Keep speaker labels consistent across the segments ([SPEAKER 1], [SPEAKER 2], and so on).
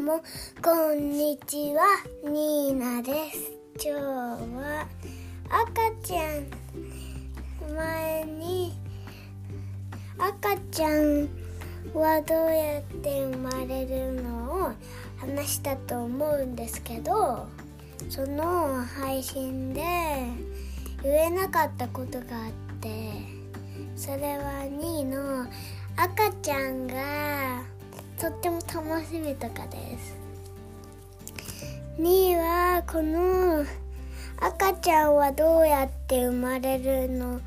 [SPEAKER 1] もこんにちは、ニーナです。今日は赤ちゃんはどうやって生まれるのを話したと思うんですけど、その配信で言えなかったことがあって、それはニーの赤ちゃんがとっても楽しみとかです。ニーはこの赤ちゃんはどうやって生まれるの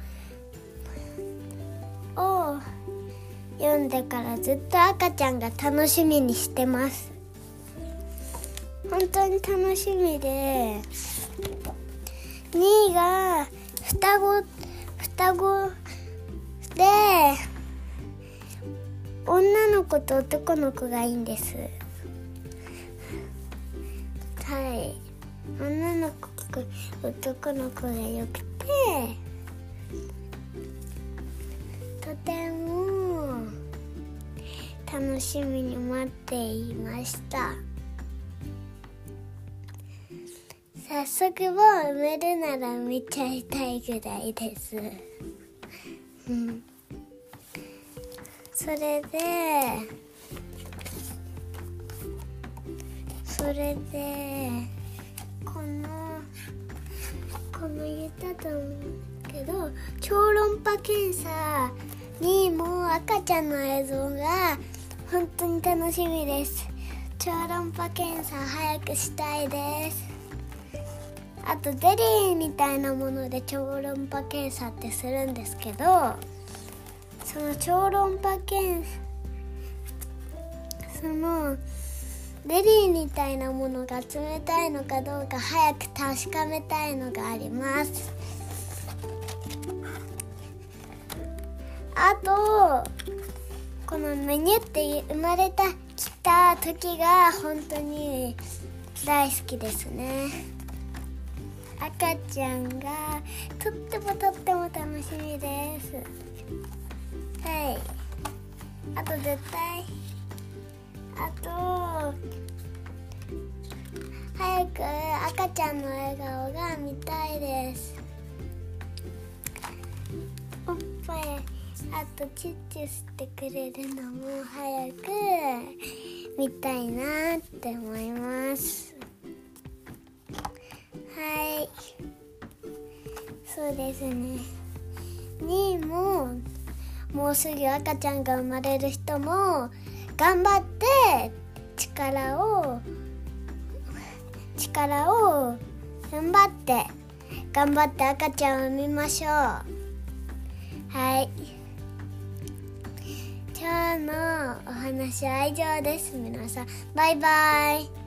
[SPEAKER 1] を読んでからずっと赤ちゃんが楽しみにしてます。本当に楽しみで、ニーが双子で女の子と男の子がいいんです。はい、女の子男の子がよくて、とても楽しみに待っていました。早速もう産めるなら産めちゃいたいぐらいです。それでこの言ったと思うけど、超音波検査にも赤ちゃんの映像が本当に楽しみです。超音波検査早くしたいです。あとゼリーみたいなもので超音波検査ってするんですけど、その超音波検査、そのゼリーみたいなものが冷たいのかどうか早く確かめたいのがあります。あとこのメニュって生まれたきた時が本当に大好きですね。赤ちゃんがとっても楽しみです。はい、あと早く赤ちゃんの笑顔が見たいです。おっぱい、あとチュッチュしてくれるのも早く見たいなって思います。はい、そうですね。にもうすぐ赤ちゃんが生まれる人も頑張って力を頑張って赤ちゃんを産みましょう。はい、今日のお話は以上です。皆さんバイバイ。